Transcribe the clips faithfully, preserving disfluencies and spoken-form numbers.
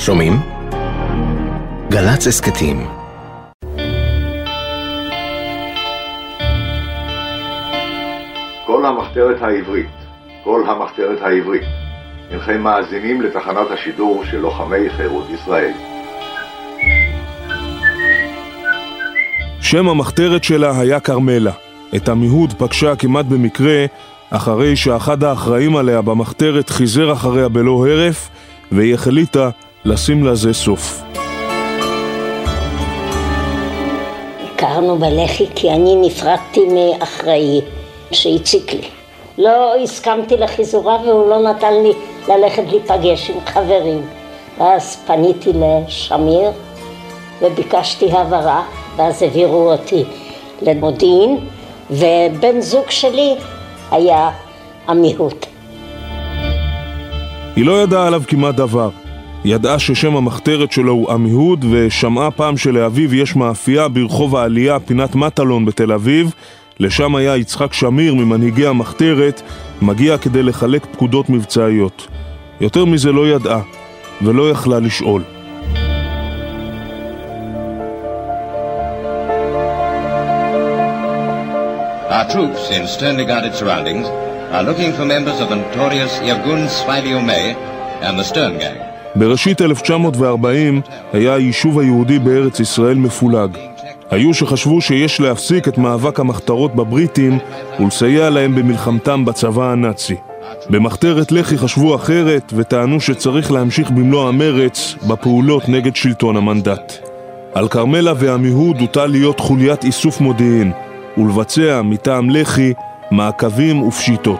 שומעים? גל"צ הסכתים. כל המחתרת העברית, כל המחתרת העברית, אינכם מאזינים לתחנת השידור של לוחמי חירות ישראל. שם המחתרת שלה היה קרמלה. את עמיהוד פגשה כמעט במקרה, אחרי שאחד האחראים עליה במחתרת חיזר אחריה בלא הרף, והיא החליטה לשים לזה סוף. הכרנו בלח"י כי אני נפרדתי מאחראי שהציק לי. לא הסכמתי לחיזורה והוא לא נתן לי ללכת להיפגש עם חברים. ואז פניתי לשמיר וביקשתי העברה, ואז העבירו אותי למודיעין, ובן זוג שלי היה עמיהוד. היא לא ידעה עליו כמעט דבר. ידעה ששם המחתרת שלו הוא עמיהוד, ושמעה פעם שלאביו יש מאפייה ברחוב העלייה, פינת מטלון בתל אביב. לשם היה יצחק שמיר ממנהיגי המחתרת, מגיע כדי לחלק פקודות מבצעיות. יותר מזה לא ידעה, ולא יכלה לשאול. Our troops in sternly guarded surroundings are looking for members of the notorious Irgun Svayli Umay and the Stern Gang. בראשית אלף תשע מאות וארבעים היה היישוב היהודי בארץ ישראל מפולג. היו שחשבו שיש להפסיק את מאבק המחתרות בבריטים ולסייע להם במלחמתם בצבא הנאצי. במחתרת לח"י חשבו אחרת וטענו שצריך להמשיך במלוא המרץ בפעולות נגד שלטון המנדט. על קרמלה ועמיהוד הוטל להיות חוליית איסוף מודיעין ולבצע מטעם לח"י מעקבים ופשיטות.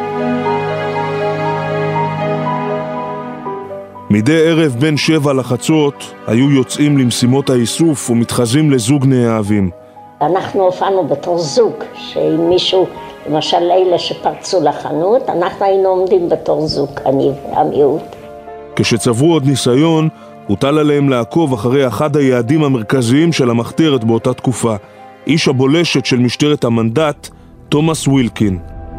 מדי ערב בין שבע לחצות היו יוצאים למשימות האיסוף ומתחזים לזוג נאהבים. אנחנו הופענו בתור זוג, שאם מישהו, למשל אלה שפרצו לחנות, אנחנו היינו עומדים בתור זוג, אני ועמיהוד. כשצברו עוד ניסיון, הוטל עליהם לעקוב אחרי אחד היעדים המרכזיים של המחתרת באותה תקופה, איש הבולשת של משטרת המנדט, תומאס ווילקין.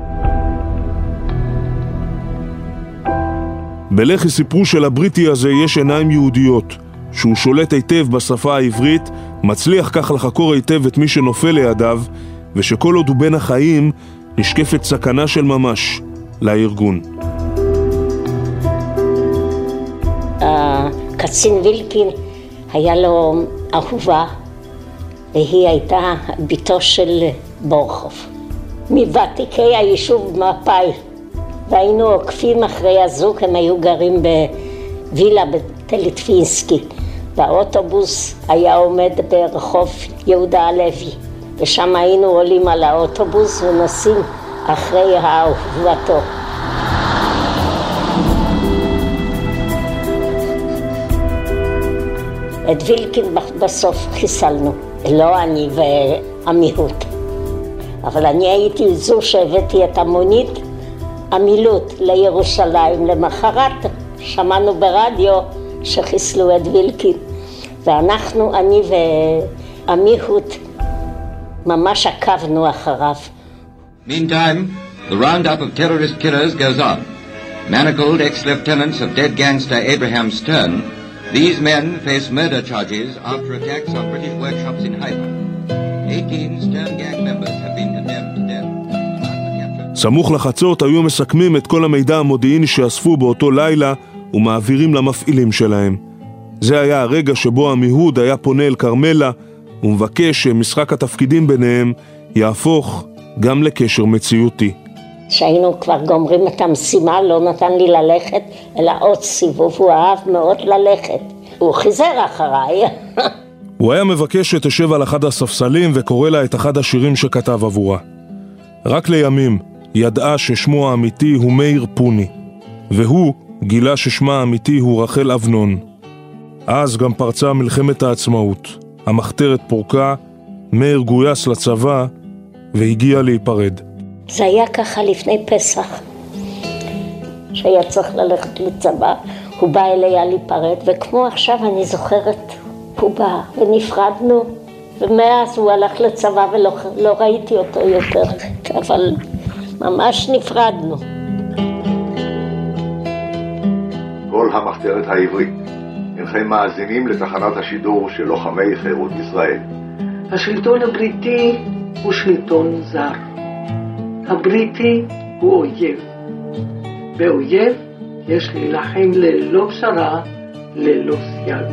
בלח"י סיפרו שלבריטי הזה יש עיניים יהודיות, שהוא שולט היטב בשפה העברית, מצליח כך לחקור היטב את מי שנופל לידיו, ושכל עוד הוא בין החיים נשקפת סכנה של ממש לארגון. הקצין ווילקין היה לו אהובה, והיא הייתה ביתו של בורחוב, מוותיקי היישוב מפאי. והיינו עוקפים אחרי הזוג, הם היו גרים בווילה בטליטפינסקי, והאוטובוס היה עומד ברחוב יהודה הלוי, ושם היינו עולים על האוטובוס ונוסעים אחרי האהובתו. את וילקין בסוף חיסלנו, לא אני ועמיהוד, אבל אני הייתי זו שהבאתי את המונית המילוט לירושלים. למחרת שמענו ברדיו שחיסלו את וילקין, ואנחנו, אני ועמיהוד, ממש עקבנו אחריו. Meantime, the roundup of terrorist killers goes on. Manacled ex-lieutenants of dead gangster Abraham Stern, these men face murder charges after attacks on British workshops in Haifa. eighteen Stern gang members have been condemned to death. סמוך לחצות היו מסכמים את כל המידע המודיעיני שאספו באותו לילה ומעבירים למפעילים שלהם. זה היה הרגע שבו עמיהוד היה פונה אל קרמלה ומבקש שמשחק התפקידים ביניהם יהפוך גם לקשר מציאותי. כשהיינו כבר גומרים את המשימה לא נתן לי ללכת אלא עוד סיבוב, הוא אהב מאוד ללכת, הוא חיזר אחריי. הוא היה מבקש שתשב על אחד הספסלים וקורא לה את אחד השירים שכתב עבורה. רק לימים ידעה ששמו האמיתי הוא מאיר פוני, והוא גילה ששמה האמיתי הוא רחל אבנון. אז גם פרצה מלחמת העצמאות. המחתרת פורקה, מאיר גויס לצבא והגיע להיפרד. זה היה ככה לפני פסח, שהיה צריך ללכת לצבא, הוא בא אליה להיפרד, וכמו עכשיו אני זוכרת, הוא בא ונפרדנו, ומאז הוא הלך לצבא ולא לא ראיתי אותו יותר, אבל ממש נפרדנו. כל המחתרת העברית, אינכם מאזינים לתחנת השידור של לוחמי חירות ישראל. השלטון הבריטי הוא שלטון זר. הבריטי הוא אויב. באויב יש להילחם ללא פשרה, ללא סייג.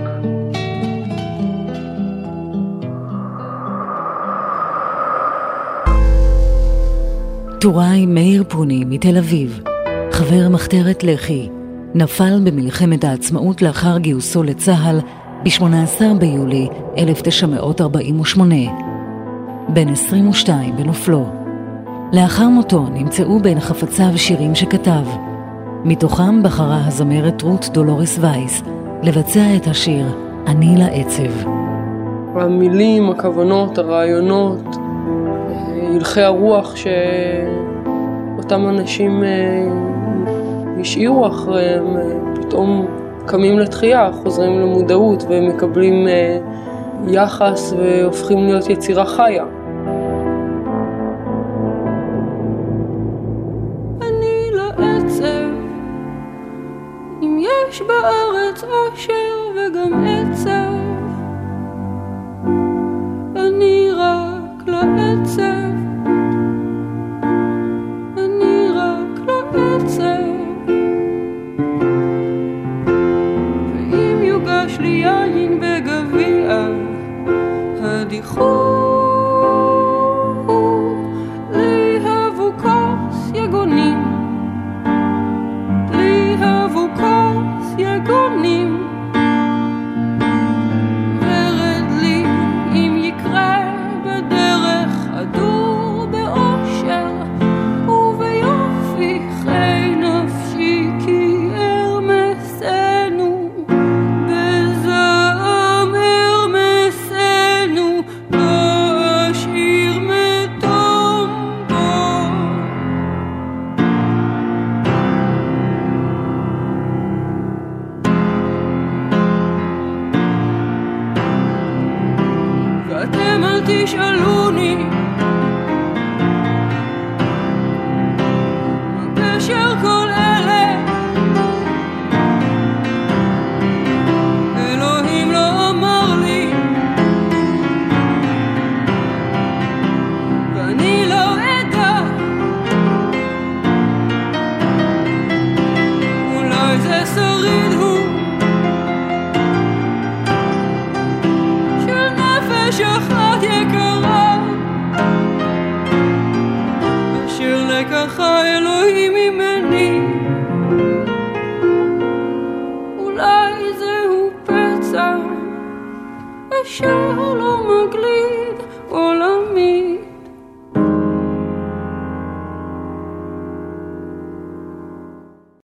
טוראי מאיר פוני מתל אביב, חבר מחתרת לח"י, נפל במלחמת העצמאות לאחר גיוסו לצה"ל ב-שמונה עשר ביולי אלף תשע מאות ארבעים ושמונה. בן עשרים ושתיים בנופלו. לאחר מותו נמצאו בין חפציו שירים שכתב. מתוכם בחרה הזמרת רות דולורס וייס לבצע את השיר "אני לעצב". המילים, הכוונות, הרעיונות, הלכי הרוח שאותם אנשים השאירו אחריהם, פתאום קמים לתחייה, חוזרים למודעות ומקבלים יחס והופכים להיות יצירה חיה. אני לעצב, אם יש בארץ אושר וגם עצב, אני רק לעצב, אני רק לעצב. ואם יוגש לי יין בגביע, הדיחו לי הבו כוס יגונים, לי הבו כוס יגונים. ורד לי אם יקרה בדרך הדור באושר וביופי חי נפשי, כי ארמסנו בזעם ארמסנו, לא אשאיר מתום בו. ואתם אל תשאלוני מה פשר כל אלה, אלוהים לא אמר לי, ואני לא אדע. אולי זה שריד הוא של נפש אחת יקרה, אשר לקחה אלוהים ממני. אולי זהו פצע אשר לא